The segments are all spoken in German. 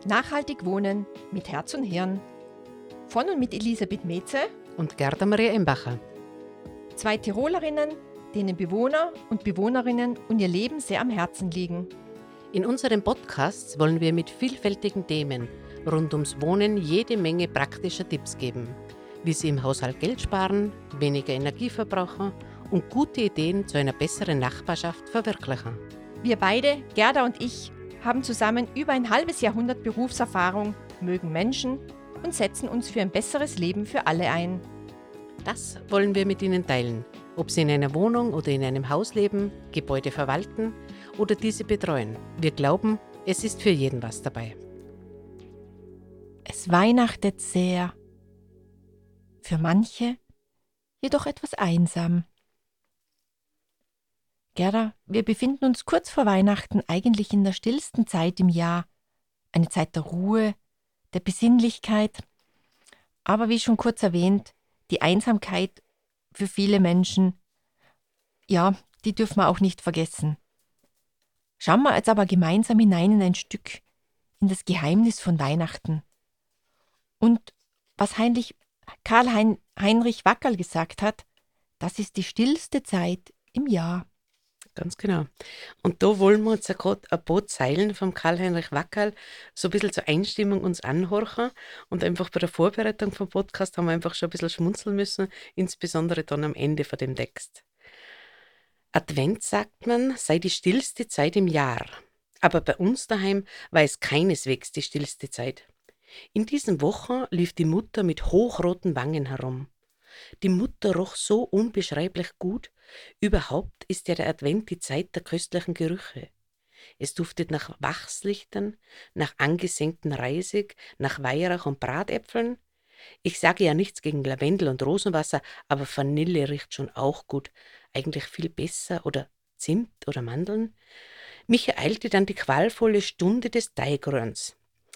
Nachhaltig wohnen mit Herz und Hirn. Von und mit Elisabeth Meze und Gerda Maria Embacher. 2 Tirolerinnen, denen Bewohner und Bewohnerinnen und ihr Leben sehr am Herzen liegen. In unseren Podcasts wollen wir mit vielfältigen Themen rund ums Wohnen jede Menge praktischer Tipps geben, wie Sie im Haushalt Geld sparen, weniger Energie verbrauchen und gute Ideen zu einer besseren Nachbarschaft verwirklichen. Wir beide, Gerda und ich, haben zusammen über ein halbes Jahrhundert Berufserfahrung, mögen Menschen und setzen uns für ein besseres Leben für alle ein. Das wollen wir mit Ihnen teilen, ob Sie in einer Wohnung oder in einem Haus leben, Gebäude verwalten oder diese betreuen. Wir glauben, es ist für jeden was dabei. Es weihnachtet sehr. Für manche jedoch etwas einsam. Gerda, wir befinden uns kurz vor Weihnachten eigentlich in der stillsten Zeit im Jahr. Eine Zeit der Ruhe, der Besinnlichkeit. Aber wie schon kurz erwähnt, die Einsamkeit für viele Menschen, ja, die dürfen wir auch nicht vergessen. Schauen wir jetzt aber gemeinsam hinein in ein Stück, in das Geheimnis von Weihnachten. Und was Karl-Heinrich Wackerl gesagt hat, das ist die stillste Zeit im Jahr. Ganz genau. Und da wollen wir uns ja gerade ein paar Zeilen vom Karl-Heinrich Wackerl so ein bisschen zur Einstimmung uns anhorchen. Und einfach bei der Vorbereitung vom Podcast haben wir einfach schon ein bisschen schmunzeln müssen, insbesondere dann am Ende von dem Text. Advent, sagt man, sei die stillste Zeit im Jahr. Aber bei uns daheim war es keineswegs die stillste Zeit. In diesen Wochen lief die Mutter mit hochroten Wangen herum. Die Mutter roch so unbeschreiblich gut. Überhaupt ist ja der Advent die Zeit der köstlichen Gerüche. Es duftet nach Wachslichtern, nach angesenkten Reisig, nach Weihrauch und Bratäpfeln. Ich sage ja nichts gegen Lavendel und Rosenwasser, aber Vanille riecht schon auch gut. Eigentlich viel besser, oder Zimt oder Mandeln. Mich ereilte dann die qualvolle Stunde des Teigrührens.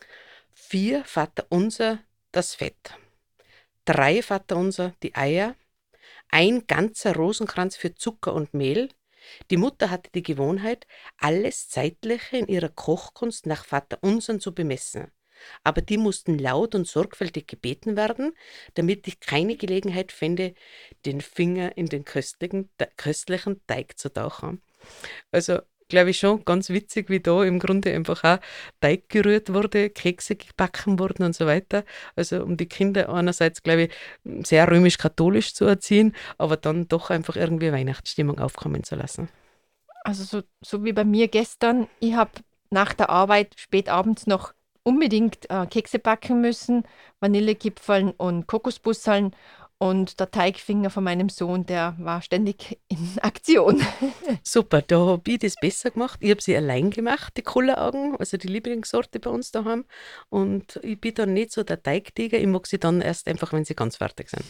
4 Vaterunser das Fett. 3 Vaterunser die Eier, ein ganzer Rosenkranz für Zucker und Mehl. Die Mutter hatte die Gewohnheit, alles Zeitliche in ihrer Kochkunst nach Vaterunsern zu bemessen. Aber die mussten laut und sorgfältig gebeten werden, damit ich keine Gelegenheit fände, den Finger in den köstlichen Teig zu tauchen. Also, glaube ich schon ganz witzig, wie da im Grunde einfach auch Teig gerührt wurde, Kekse gebacken wurden und so weiter. Also um die Kinder einerseits, glaube ich, sehr römisch-katholisch zu erziehen, aber dann doch einfach irgendwie Weihnachtsstimmung aufkommen zu lassen. Also so wie bei mir gestern, ich habe nach der Arbeit spät abends noch unbedingt Kekse backen müssen, Vanillekipferln und Kokosbusseln, und der Teigfinger von meinem Sohn, der war ständig in Aktion. Super, da habe ich das besser gemacht. Ich habe sie allein gemacht, die Kulleraugen, also die Lieblingssorte bei uns daheim. Und ich bin dann nicht so der Teigtiger, ich mag sie dann erst einfach, wenn sie ganz fertig sind.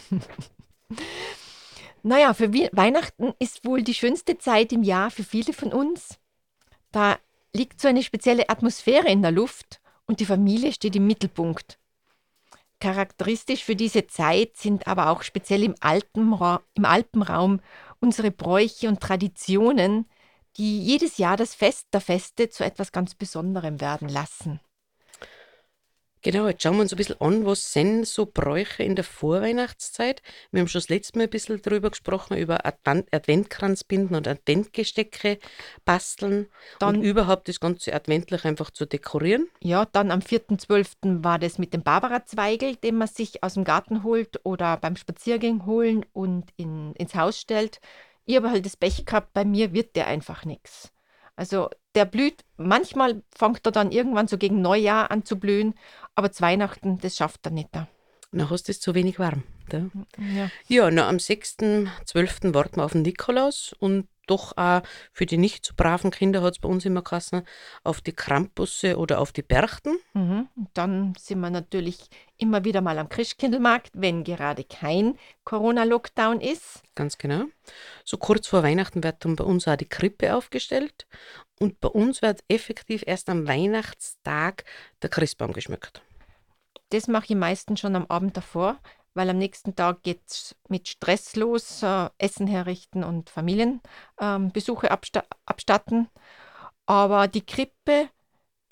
Naja, für Weihnachten ist wohl die schönste Zeit im Jahr für viele von uns. Da liegt so eine spezielle Atmosphäre in der Luft und die Familie steht im Mittelpunkt. Charakteristisch für diese Zeit sind aber auch speziell im Alpenraum unsere Bräuche und Traditionen, die jedes Jahr das Fest der Feste zu etwas ganz Besonderem werden lassen. Genau, jetzt schauen wir uns ein bisschen an, was sind so Bräuche in der Vorweihnachtszeit. Wir haben schon das letzte Mal ein bisschen darüber gesprochen, über Adventkranzbinden und Adventgestecke basteln Dann, und überhaupt das ganze adventlich einfach zu dekorieren. ja, dann am 4.12. war das mit dem Barbara-Zweigel, den man sich aus dem Garten holt oder beim Spaziergang holen und ins Haus stellt. Ich habe halt das Pech gehabt, bei mir wird der einfach nichts. Also der blüht, manchmal fängt er dann irgendwann so gegen Neujahr an zu blühen, aber zu Weihnachten, das schafft er nicht. Dann hast du es zu wenig warm. Da. Ja. Ja, na, am 6.12. warten wir auf den Nikolaus und doch auch für die nicht so braven Kinder hat es bei uns immer geheißen, auf die Krampusse oder auf die Berchten. Und dann sind wir natürlich immer wieder mal am Christkindlmarkt, wenn gerade kein Corona-Lockdown ist. Ganz genau. So kurz vor Weihnachten wird dann bei uns auch die Krippe aufgestellt und bei uns wird effektiv erst am Weihnachtstag der Christbaum geschmückt. Das mache ich meistens schon am Abend davor, weil am nächsten Tag geht es mit Stress los, Essen herrichten und Familienbesuche abstatten. Aber die Krippe,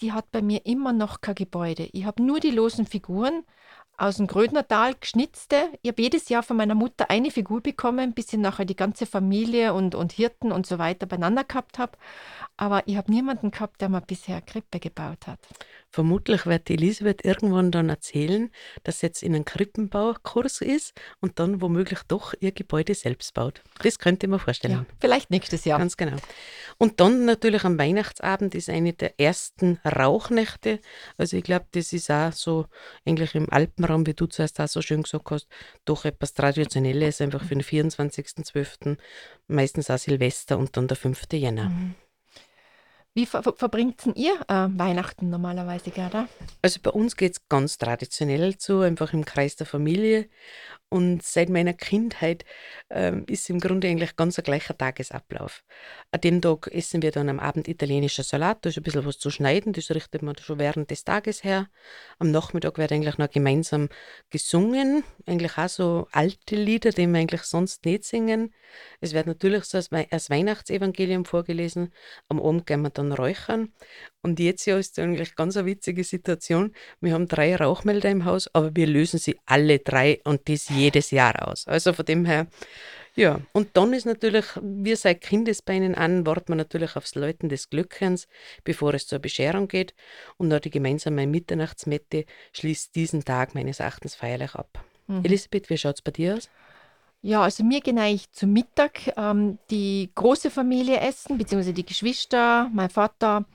die hat bei mir immer noch kein Gebäude. Ich habe nur die losen Figuren aus dem Grödnertal, geschnitzte. Ich habe jedes Jahr von meiner Mutter eine Figur bekommen, bis ich nachher die ganze Familie und Hirten und so weiter beieinander gehabt habe. Aber ich habe niemanden gehabt, der mir bisher eine Krippe gebaut hat. Vermutlich wird die Elisabeth irgendwann dann erzählen, dass sie jetzt in einem Krippenbaukurs ist und dann womöglich doch ihr Gebäude selbst baut. Das könnte ich mir vorstellen. Ja, vielleicht nächstes Jahr. Ganz genau. Und dann natürlich am Weihnachtsabend ist eine der ersten Rauchnächte. Also ich glaube, das ist auch so eigentlich im Alpenraum, wie du zuerst auch so schön gesagt hast, doch etwas Traditionelles, einfach für den 24.12., meistens auch Silvester und dann der 5. Jänner. Wie verbringt denn ihr Weihnachten normalerweise, Gerda? Also bei uns geht es ganz traditionell zu, einfach im Kreis der Familie. Und seit meiner Kindheit ist im Grunde eigentlich ganz ein gleicher Tagesablauf. An dem Tag essen wir dann am Abend italienischer Salat, da ist ein bisschen was zu schneiden, das richtet man schon während des Tages her. Am Nachmittag wird eigentlich noch gemeinsam gesungen, eigentlich auch so alte Lieder, die wir eigentlich sonst nicht singen. Es wird natürlich so das Weihnachtsevangelium vorgelesen, am Abend gehen wir dann räuchern. Und jetzt ja ist eigentlich ganz eine witzige Situation. Wir haben 3 Rauchmelder im Haus, aber wir lösen sie alle 3 und das jedes Jahr aus. Also von dem her, ja. Und dann ist natürlich, wir seit Kindesbeinen an, warten wir natürlich aufs Läuten des Glöckchens, bevor es zur Bescherung geht. Und dann die gemeinsame Mitternachtsmette schließt diesen Tag meines Erachtens feierlich ab. Elisabeth, wie schaut es bei dir aus? Ja, also mir gehen eigentlich zu Mittag die große Familie essen, beziehungsweise die Geschwister, mein Vater,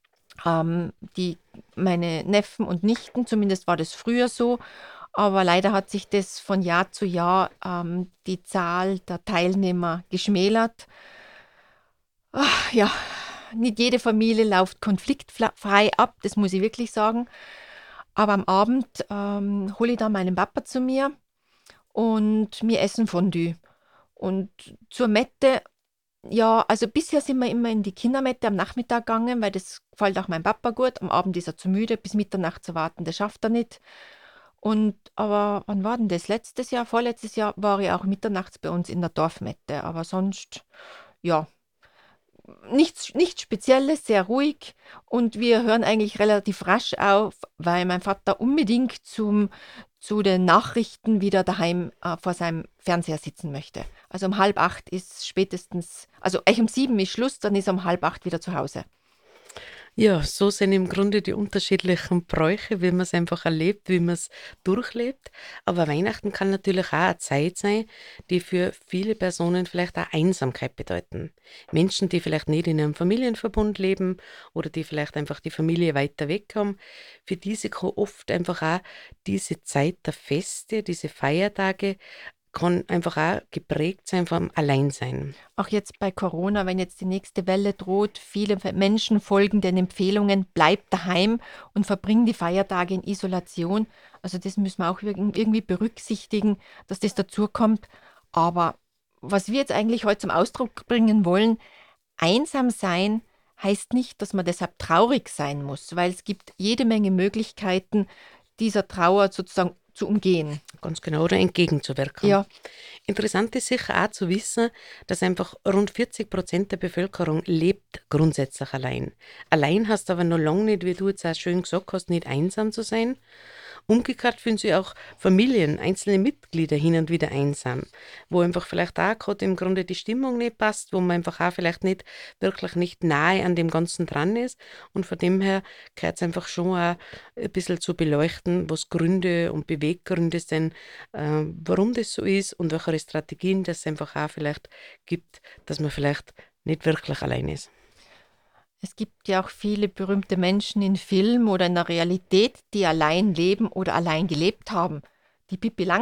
meine Neffen und Nichten, zumindest war das früher so. Aber leider hat sich das von Jahr zu Jahr die Zahl der Teilnehmer geschmälert. Ja, nicht jede Familie läuft konfliktfrei ab, das muss ich wirklich sagen. Aber am Abend hole ich dann meinen Papa zu mir und wir essen Fondue. Und zur Mette, ja, also bisher sind wir immer in die Kindermette am Nachmittag gegangen, weil das gefällt auch meinem Papa gut. Am Abend ist er zu müde, bis Mitternacht zu warten, das schafft er nicht. Aber wann war denn das? Letztes Jahr, vorletztes Jahr war ich auch mitternachts bei uns in der Dorfmette. Aber sonst, ja, nichts Spezielles, sehr ruhig. Und wir hören eigentlich relativ rasch auf, weil mein Vater unbedingt zu den Nachrichten wieder daheim vor seinem Fernseher sitzen möchte. Also um 7:30 ist spätestens, also eigentlich um 7 ist Schluss, dann ist er um 7:30 wieder zu Hause. Ja, so sind im Grunde die unterschiedlichen Bräuche, wie man es einfach erlebt, wie man es durchlebt. Aber Weihnachten kann natürlich auch eine Zeit sein, die für viele Personen vielleicht auch Einsamkeit bedeuten. Menschen, die vielleicht nicht in einem Familienverbund leben oder die vielleicht einfach die Familie weiter weg haben, für diese kann oft einfach auch diese Zeit der Feste, diese Feiertage, kann einfach auch geprägt sein vom Alleinsein. Auch jetzt bei Corona, wenn jetzt die nächste Welle droht, viele Menschen folgen den Empfehlungen, bleibt daheim und verbringen die Feiertage in Isolation. Also das müssen wir auch irgendwie berücksichtigen, dass das dazu kommt. Aber was wir jetzt eigentlich heute zum Ausdruck bringen wollen, einsam sein heißt nicht, dass man deshalb traurig sein muss, weil es gibt jede Menge Möglichkeiten, dieser Trauer sozusagen zu umgehen. Ganz genau, oder entgegenzuwirken. Ja, Interessant ist sicher auch zu wissen, dass einfach rund 40% der Bevölkerung lebt grundsätzlich allein. Allein heißt aber noch lange nicht, wie du jetzt auch schön gesagt hast, nicht einsam zu sein. Umgekehrt fühlen sich auch Familien, einzelne Mitglieder hin und wieder einsam, wo einfach vielleicht auch gerade im Grunde die Stimmung nicht passt, wo man einfach auch vielleicht nicht wirklich nicht nahe an dem Ganzen dran ist. Und von dem her gehört es einfach schon auch ein bisschen zu beleuchten, was Gründe und Beweggründe sind, warum das so ist und welche Strategien das einfach auch vielleicht gibt, dass man vielleicht nicht wirklich allein ist. es gibt ja auch viele berühmte Menschen in Film oder in der Realität, die allein leben oder allein gelebt haben. Die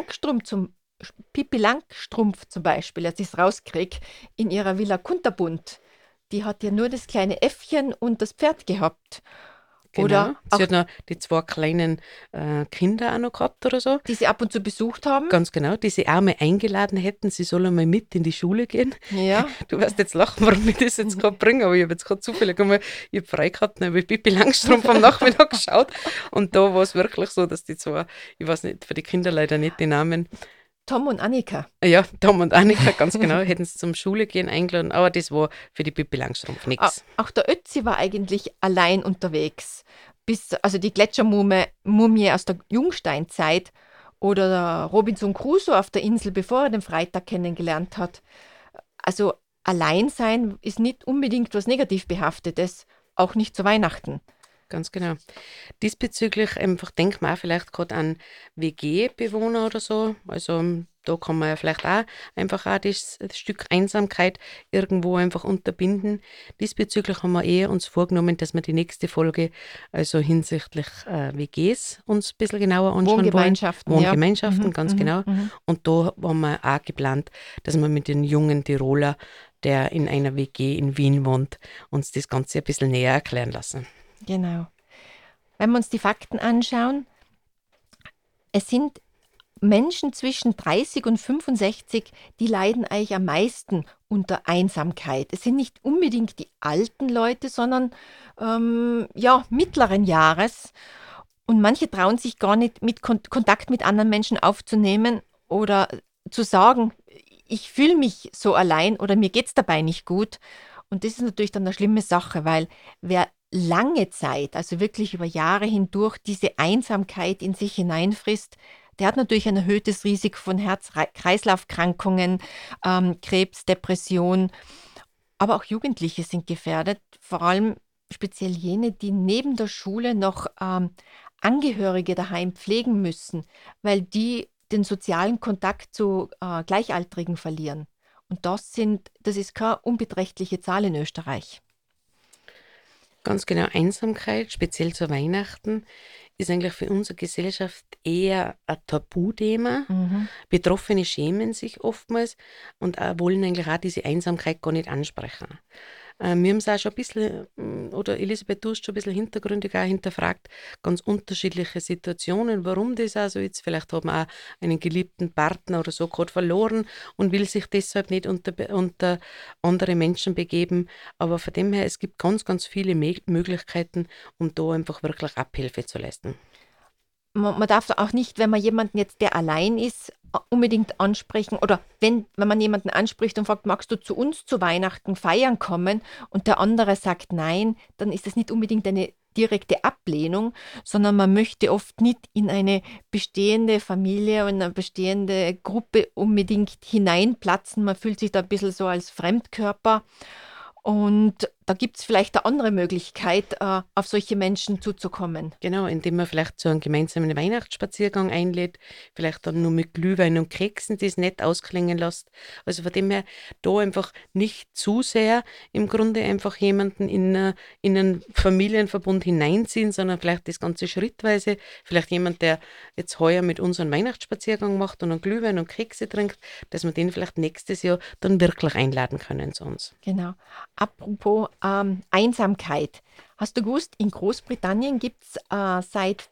Pippi Langstrumpf zum Beispiel, als ich es rauskriege, in ihrer Villa Kunterbund, die hat ja nur das kleine Äffchen und das Pferd gehabt. Genau. Oder Sie auch hat noch die 2 kleinen Kinder auch noch gehabt oder so. die sie ab und zu besucht haben. Ganz genau, die sie auch mal eingeladen hätten, sie soll einmal mit in die Schule gehen. Ja, Du wirst jetzt lachen, warum ich das jetzt gerade bringe, aber ich habe jetzt gerade zufällig einmal, ich habe frei gehabt, dann habe ich Pippi Langstrumpf am Nachmittag geschaut und da war es wirklich so, dass die 2, ich weiß nicht, für die Kinder leider nicht die Namen, Tom und Annika. Ja, Tom und Annika, ganz genau, hätten sie zum Schule gehen eingeladen, aber das war für die Pippi Langstrumpf nichts. Auch der Ötzi war eigentlich allein unterwegs. Also die Gletschermumie aus der Jungsteinzeit oder der Robinson Crusoe auf der Insel, bevor er den Freitag kennengelernt hat. Also Alleinsein ist nicht unbedingt was negativ behaftetes, auch nicht zu Weihnachten. Ganz genau. Diesbezüglich einfach denkt man auch vielleicht gerade an WG-Bewohner oder so. Also da kann man ja vielleicht auch einfach auch das Stück Einsamkeit irgendwo einfach unterbinden. Diesbezüglich haben wir uns vorgenommen, dass wir die nächste Folge also hinsichtlich WGs uns ein bisschen genauer anschauen wollen. Wohngemeinschaften, Wohngemeinschaften, ja. ganz genau. Und da haben wir auch geplant, dass wir mit dem jungen Tiroler, der in einer WG in Wien wohnt, uns das Ganze ein bisschen näher erklären lassen. Genau. Wenn wir uns die Fakten anschauen, es sind Menschen zwischen 30 und 65, die leiden eigentlich am meisten unter Einsamkeit. Es sind nicht unbedingt die alten Leute, sondern mittleren Jahres. Und manche trauen sich gar nicht, mit Kontakt mit anderen Menschen aufzunehmen oder zu sagen, ich fühle mich so allein oder mir geht es dabei nicht gut. Und das ist natürlich dann eine schlimme Sache, weil wer lange Zeit, also wirklich über Jahre hindurch, diese Einsamkeit in sich hineinfrisst, der hat natürlich ein erhöhtes Risiko von Herz-Kreislauf-Krankungen, Krebs, Depression. Aber auch Jugendliche sind gefährdet, vor allem speziell jene, die neben der Schule noch Angehörige daheim pflegen müssen, weil die den sozialen Kontakt zu Gleichaltrigen verlieren. Und das ist keine unbeträchtliche Zahl in Österreich. Ganz genau, Einsamkeit, speziell zu Weihnachten, ist eigentlich für unsere Gesellschaft eher ein Tabuthema. Betroffene schämen sich oftmals und wollen eigentlich auch diese Einsamkeit gar nicht ansprechen. Wir haben es auch schon ein bisschen, oder Elisabeth, du hast schon ein bisschen hintergründig auch hinterfragt, ganz unterschiedliche Situationen, warum das also jetzt, vielleicht hat man auch einen geliebten Partner oder so gerade verloren und will sich deshalb nicht unter andere Menschen begeben, aber von dem her, es gibt ganz, ganz viele Möglichkeiten, um da einfach wirklich Abhilfe zu leisten. Man darf auch nicht, wenn man jemanden jetzt, der allein ist, unbedingt ansprechen oder wenn man jemanden anspricht und fragt, magst du zu uns zu Weihnachten feiern kommen und der andere sagt nein, dann ist das nicht unbedingt eine direkte Ablehnung, sondern man möchte oft nicht in eine bestehende Familie und eine bestehende Gruppe unbedingt hineinplatzen. Man fühlt sich da ein bisschen so als Fremdkörper. Und da gibt es vielleicht eine andere Möglichkeit, auf solche Menschen zuzukommen. Genau, indem man vielleicht zu einem gemeinsamen Weihnachtsspaziergang einlädt, vielleicht dann nur mit Glühwein und Keksen das nett ausklingen lässt. Also von dem her, da einfach nicht zu sehr im Grunde einfach jemanden in einen Familienverbund hineinziehen, sondern vielleicht das Ganze schrittweise. Vielleicht jemand, der jetzt heuer mit uns einen Weihnachtsspaziergang macht und einen Glühwein und Kekse trinkt, dass wir den vielleicht nächstes Jahr dann wirklich einladen können zu uns. Genau. Apropos Einsamkeit. Hast du gewusst, in Großbritannien gibt es seit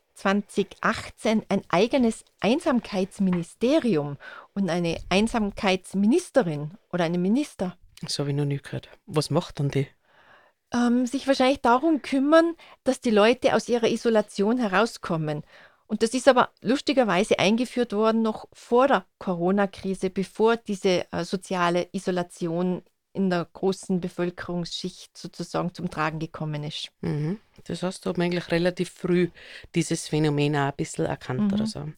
2018 ein eigenes Einsamkeitsministerium und eine Einsamkeitsministerin oder einen Minister? Das habe ich noch nie gehört. Was macht dann die? Sich wahrscheinlich darum kümmern, dass die Leute aus ihrer Isolation herauskommen. Und das ist aber lustigerweise eingeführt worden noch vor der Corona-Krise, bevor diese soziale Isolation in der großen Bevölkerungsschicht sozusagen zum Tragen gekommen ist. Mhm. Das heißt, da hat man eigentlich relativ früh dieses Phänomen auch ein bisschen erkannt oder so.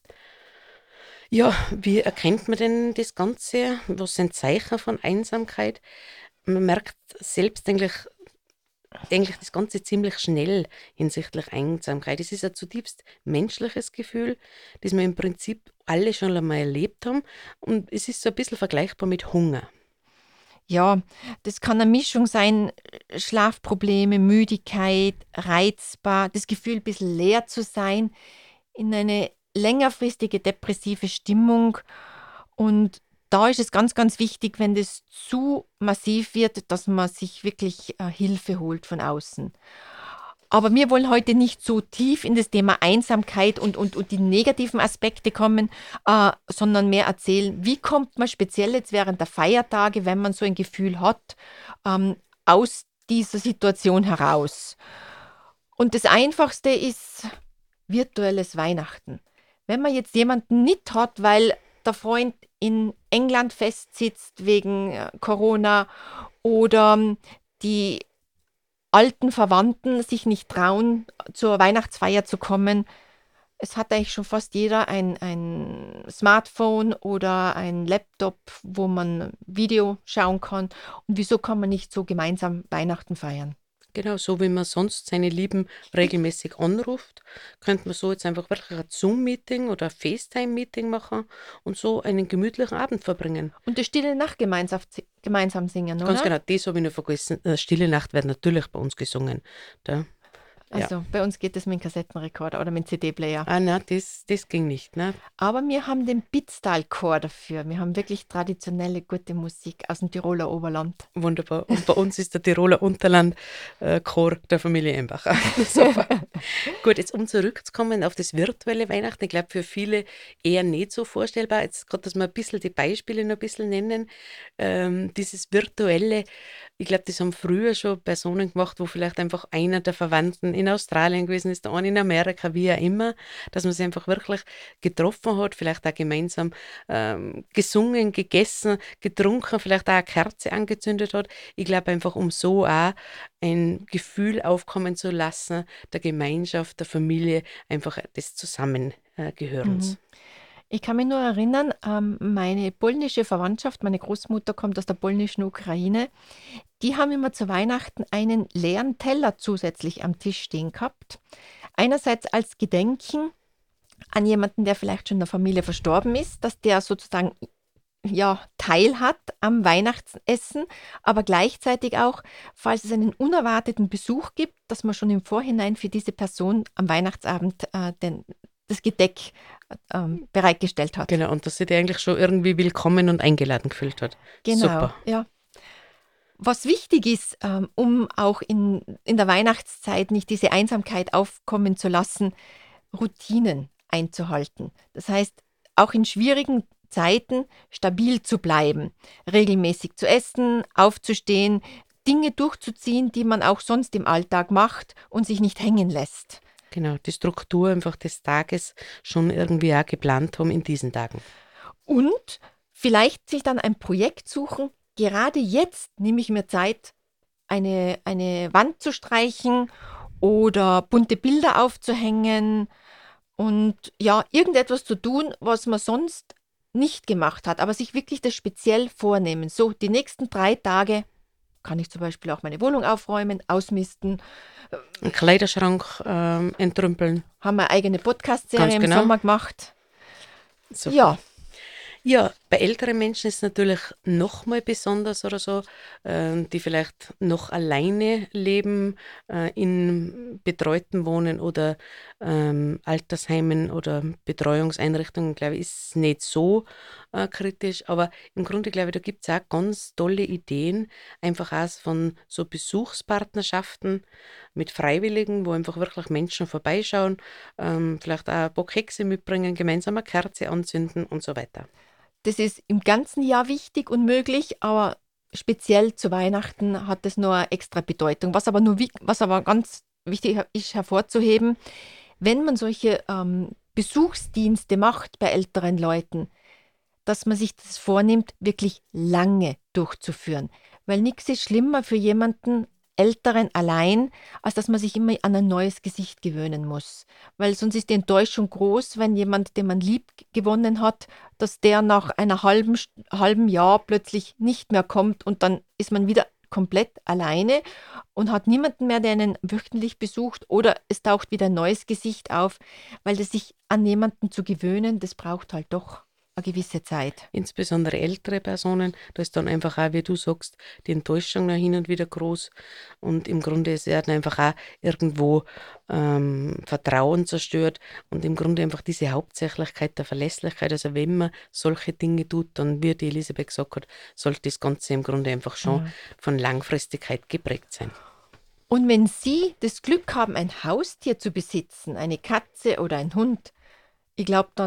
Ja, wie erkennt man denn das Ganze? Was sind Zeichen von Einsamkeit? Man merkt selbst eigentlich das Ganze ziemlich schnell hinsichtlich Einsamkeit. Es ist ein zutiefst menschliches Gefühl, das wir im Prinzip alle schon einmal erlebt haben. Und es ist so ein bisschen vergleichbar mit Hunger. Ja, das kann eine Mischung sein, Schlafprobleme, Müdigkeit, reizbar, das Gefühl, ein bisschen leer zu sein, in eine längerfristige depressive Stimmung. Und da ist es ganz, ganz wichtig, wenn das zu massiv wird, dass man sich wirklich Hilfe holt von außen. Aber wir wollen heute nicht so tief in das Thema Einsamkeit und die negativen Aspekte kommen, sondern mehr erzählen, wie kommt man speziell jetzt während der Feiertage, wenn man so ein Gefühl hat, aus dieser Situation heraus. Und das Einfachste ist virtuelles Weihnachten. Wenn man jetzt jemanden nicht hat, weil der Freund in England festsitzt wegen Corona oder die alten Verwandten sich nicht trauen, zur Weihnachtsfeier zu kommen. Es hat eigentlich schon fast jeder ein Smartphone oder ein Laptop, wo man Video schauen kann. Und wieso kann man nicht so gemeinsam Weihnachten feiern? Genau, so wie man sonst seine Lieben regelmäßig anruft, könnte man so jetzt einfach wirklich ein Zoom-Meeting oder ein FaceTime-Meeting machen und so einen gemütlichen Abend verbringen. Und die Stille Nacht gemeinsam singen, Ganz oder? genau, das habe ich noch vergessen. Stille Nacht wird natürlich bei uns gesungen. Da, ja. Also bei uns geht es mit dem Kassettenrekorder oder mit dem CD-Player. Ah, nein, das ging nicht. Ne? Aber wir haben den Bitstyle-Chor dafür. Wir haben wirklich traditionelle, gute Musik aus dem Tiroler Oberland. Wunderbar. Und bei uns ist der Tiroler Unterland Chor der Familie Embacher. Super. Gut, jetzt um zurückzukommen auf das virtuelle Weihnachten. Ich glaube, für viele eher nicht so vorstellbar. Jetzt gerade, dass wir ein bisschen die Beispiele noch ein bisschen nennen. Dieses virtuelle, ich glaube, das haben früher schon Personen gemacht, wo vielleicht einfach einer der Verwandten in Australien gewesen ist, der eine in Amerika, wie auch immer, dass man sich einfach wirklich getroffen hat, vielleicht auch gemeinsam gesungen, gegessen, getrunken, vielleicht auch eine Kerze angezündet hat. Ich glaube einfach, um so auch ein Gefühl aufkommen zu lassen, der Gemeinschaft, der Familie, einfach des Zusammengehörens. Ich kann mich nur erinnern, meine polnische Verwandtschaft, meine Großmutter kommt aus der polnischen Ukraine, die haben immer zu Weihnachten einen leeren Teller zusätzlich am Tisch stehen gehabt. Einerseits als Gedenken an jemanden, der vielleicht schon in der Familie verstorben ist, dass der sozusagen ja, Teil hat am Weihnachtsessen, aber gleichzeitig auch, falls es einen unerwarteten Besuch gibt, dass man schon im Vorhinein für diese Person am Weihnachtsabend das Gedeck bereitgestellt hat. Genau, und dass sie die eigentlich schon irgendwie willkommen und eingeladen gefühlt hat. Genau, Super. ja. Was wichtig ist, um auch in der Weihnachtszeit nicht diese Einsamkeit aufkommen zu lassen, Routinen einzuhalten. Das heißt, auch in schwierigen Zeiten stabil zu bleiben, regelmäßig zu essen, aufzustehen, Dinge durchzuziehen, die man auch sonst im Alltag macht und sich nicht hängen lässt. Genau, die Struktur einfach des Tages schon irgendwie auch geplant haben in diesen Tagen. Und vielleicht sich dann ein Projekt suchen. Gerade jetzt nehme ich mir Zeit, eine Wand zu streichen oder bunte Bilder aufzuhängen und ja, irgendetwas zu tun, was man sonst nicht gemacht hat, aber sich wirklich das speziell vornehmen. So, die nächsten 3 Tage kann ich zum Beispiel auch meine Wohnung aufräumen, ausmisten. Einen Kleiderschrank entrümpeln. Haben wir eine eigene Podcast-Serie Ganz im genau. Sommer gemacht. Super. Ja, Ja, bei älteren Menschen ist es natürlich noch mal besonders oder so, die vielleicht noch alleine leben, in betreuten Wohnen oder Altersheimen oder Betreuungseinrichtungen, glaube ich, ist es nicht so kritisch. Aber im Grunde, glaube ich, da gibt es auch ganz tolle Ideen, einfach auch von so Besuchspartnerschaften mit Freiwilligen, wo einfach wirklich Menschen vorbeischauen, vielleicht auch ein paar Kekse mitbringen, gemeinsam eine Kerze anzünden und so weiter. das ist im ganzen Jahr wichtig und möglich, aber speziell zu Weihnachten hat es nur eine extra Bedeutung. Was aber ganz wichtig ist hervorzuheben, wenn man solche Besuchsdienste macht bei älteren Leuten, dass man sich das vornimmt, wirklich lange durchzuführen. Weil nichts ist schlimmer für jemanden Älteren allein, als dass man sich immer an ein neues Gesicht gewöhnen muss. Weil sonst ist die Enttäuschung groß, wenn jemand, den man lieb gewonnen hat, dass der nach einer halben Jahr plötzlich nicht mehr kommt und dann ist man wieder komplett alleine und hat niemanden mehr, der einen wöchentlich besucht oder es taucht wieder ein neues Gesicht auf, weil das sich an jemanden zu gewöhnen, das braucht halt doch eine gewisse Zeit. Insbesondere ältere Personen, da ist dann einfach auch, wie du sagst, die Enttäuschung noch hin und wieder groß. Und im Grunde ist er dann einfach auch irgendwo Vertrauen zerstört und im Grunde einfach diese Hauptsächlichkeit der Verlässlichkeit. Also wenn man solche Dinge tut, dann, wie die Elisabeth gesagt hat, sollte das Ganze im Grunde einfach schon von Langfristigkeit geprägt sein. Und wenn Sie das Glück haben, ein Haustier zu besitzen, eine Katze oder ein Hund, ich glaube, dann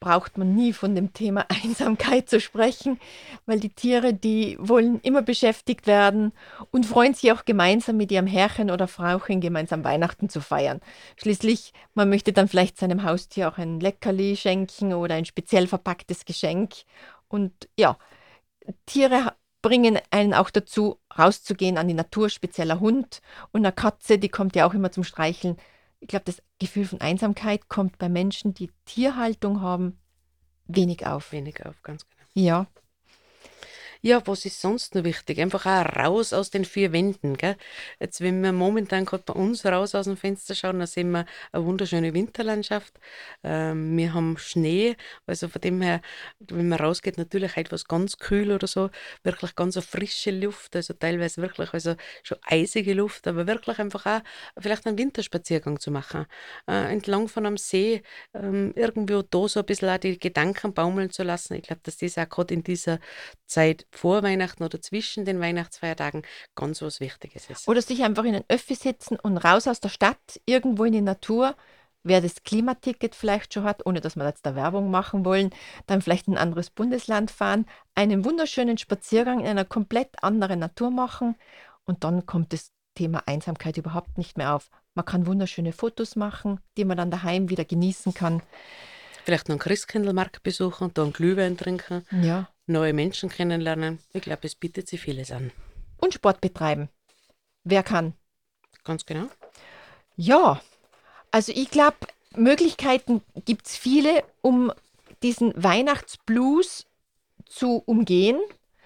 braucht man nie von dem Thema Einsamkeit zu sprechen, weil die Tiere, die wollen immer beschäftigt werden und freuen sich auch gemeinsam mit ihrem Herrchen oder Frauchen gemeinsam Weihnachten zu feiern. Schließlich, man möchte dann vielleicht seinem Haustier auch ein Leckerli schenken oder ein speziell verpacktes Geschenk. Und ja, Tiere bringen einen auch dazu, rauszugehen an die Natur, spezieller Hund und eine Katze, die kommt ja auch immer zum Streicheln. Ich glaube, das Gefühl von Einsamkeit kommt bei Menschen, die Tierhaltung haben, wenig auf. Wenig auf, ganz genau. Ja, Ja, was ist sonst noch wichtig? Einfach auch raus aus den vier Wänden, gell? Jetzt, wenn wir momentan gerade bei uns raus aus dem Fenster schauen, dann sehen wir eine wunderschöne Winterlandschaft. Wir haben Schnee, also von dem her, wenn man rausgeht, natürlich halt was ganz kühl oder so, wirklich ganz eine frische Luft, also teilweise wirklich also schon eisige Luft, aber wirklich einfach auch vielleicht einen Winterspaziergang zu machen. Entlang von einem See, irgendwo da so ein bisschen auch die Gedanken baumeln zu lassen. Ich glaube, dass das auch gerade in dieser Zeit vor Weihnachten oder zwischen den Weihnachtsfeiertagen ganz was Wichtiges ist. oder sich einfach in ein Öffi setzen und raus aus der Stadt, irgendwo in die Natur. Wer das Klimaticket vielleicht schon hat, ohne dass wir jetzt da Werbung machen wollen, dann vielleicht in ein anderes Bundesland fahren, einen wunderschönen Spaziergang in einer komplett anderen Natur machen und dann kommt das Thema Einsamkeit überhaupt nicht mehr auf. Man kann wunderschöne Fotos machen, die man dann daheim wieder genießen kann. Vielleicht noch einen Christkindlmarkt besuchen und da einen Glühwein trinken, Ja. neue Menschen kennenlernen. Ich glaube, es bietet sich vieles an. Und Sport betreiben. Wer kann? Ganz genau. Ja, also ich glaube, Möglichkeiten gibt es viele, um diesen Weihnachtsblues zu umgehen.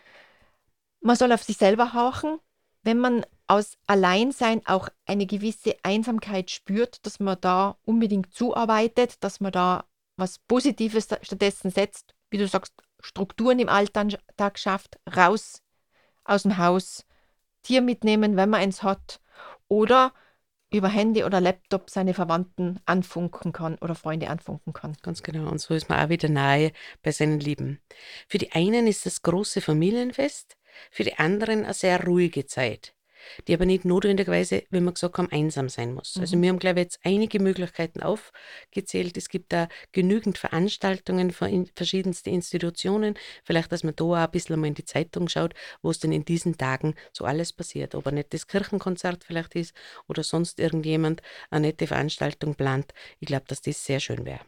Man soll auf sich selber horchen, wenn man aus Alleinsein auch eine gewisse Einsamkeit spürt, dass man da unbedingt zuarbeitet, dass man da was Positives stattdessen setzt, wie du sagst, Strukturen im Alltag schafft, raus aus dem Haus, Tier mitnehmen, wenn man eins hat, oder über Handy oder Laptop seine Verwandten anfunken kann oder Freunde anfunken kann. Ganz genau. Und so ist man auch wieder nahe bei seinen Lieben. Für die einen ist das große Familienfest, für die anderen eine sehr ruhige Zeit, die aber nicht notwendigerweise, wenn wir gesagt haben, einsam sein muss. Also wir haben, glaube ich, jetzt einige Möglichkeiten aufgezählt. Es gibt da genügend Veranstaltungen von verschiedensten Institutionen. Vielleicht, dass man da auch ein bisschen mal in die Zeitung schaut, was denn in diesen Tagen so alles passiert. Ob ein nettes Kirchenkonzert vielleicht ist oder sonst irgendjemand eine nette Veranstaltung plant. Ich glaube, dass das sehr schön wäre.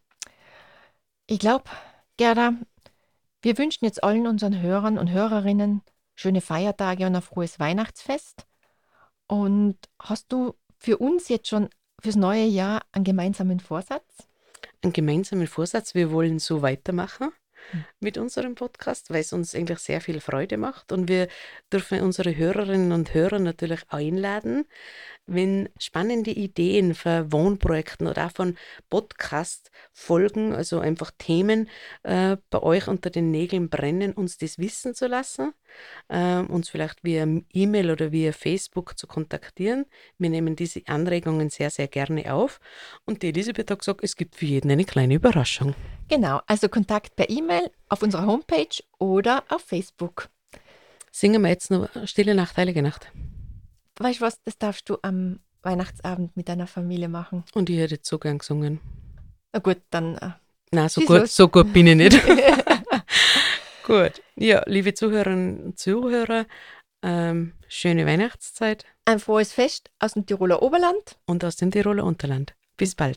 Ich glaube, Gerda, wir wünschen jetzt allen unseren Hörern und Hörerinnen schöne Feiertage und ein frohes Weihnachtsfest. Und hast du für uns jetzt schon fürs neue Jahr einen gemeinsamen Vorsatz? Einen gemeinsamen Vorsatz, wir wollen so weitermachen mit unserem Podcast, weil es uns eigentlich sehr viel Freude macht und wir dürfen unsere Hörerinnen und Hörer natürlich einladen, wenn spannende Ideen für Wohnprojekten oder auch von Podcast-Folgen, also einfach Themen bei euch unter den Nägeln brennen, uns das wissen zu lassen, uns vielleicht via E-Mail oder via Facebook zu kontaktieren. Wir nehmen diese Anregungen sehr, sehr gerne auf. Und die Elisabeth hat gesagt, es gibt für jeden eine kleine Überraschung. Genau, also Kontakt per E-Mail auf unserer Homepage oder auf Facebook. Singen wir jetzt noch Stille Nacht, Heilige Nacht. Weißt du was, das darfst du am Weihnachtsabend mit deiner Familie machen. Und ich hätte jetzt so gern gesungen. Na gut, dann Nein, so schieß gut, los. so gut bin ich nicht. Gut. Ja, liebe Zuhörerinnen und Zuhörer, schöne Weihnachtszeit Ein frohes Fest aus dem Tiroler Oberland. und aus dem Tiroler Unterland. Bis bald.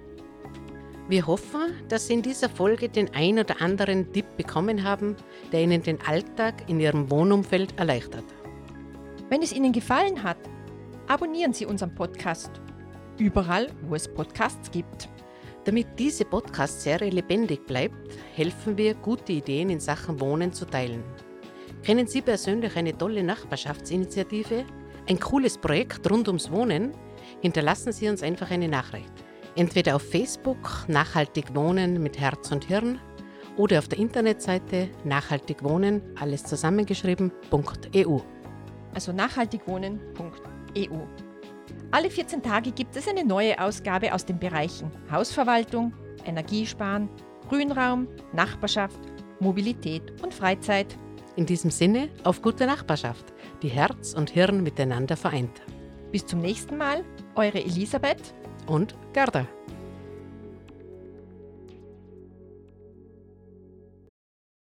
Wir hoffen, dass Sie in dieser Folge den ein oder anderen Tipp bekommen haben, der Ihnen den Alltag in Ihrem Wohnumfeld erleichtert. Wenn es Ihnen gefallen hat, abonnieren Sie unseren Podcast. Überall, wo es Podcasts gibt. Damit diese Podcast-Serie lebendig bleibt, helfen wir, gute Ideen in Sachen Wohnen zu teilen. Kennen Sie persönlich eine tolle Nachbarschaftsinitiative? Ein cooles Projekt rund ums Wohnen? Hinterlassen Sie uns einfach eine Nachricht. Entweder auf Facebook Nachhaltig Wohnen mit Herz und Hirn oder auf der Internetseite nachhaltigwohnen, alles zusammengeschrieben.eu. Also nachhaltigwohnen.eu. Alle 14 Tage gibt es eine neue Ausgabe aus den Bereichen Hausverwaltung, Energiesparen, Grünraum, Nachbarschaft, Mobilität und Freizeit. In diesem Sinne, auf gute Nachbarschaft, die Herz und Hirn miteinander vereint. Bis zum nächsten Mal, eure Elisabeth Und Gerda.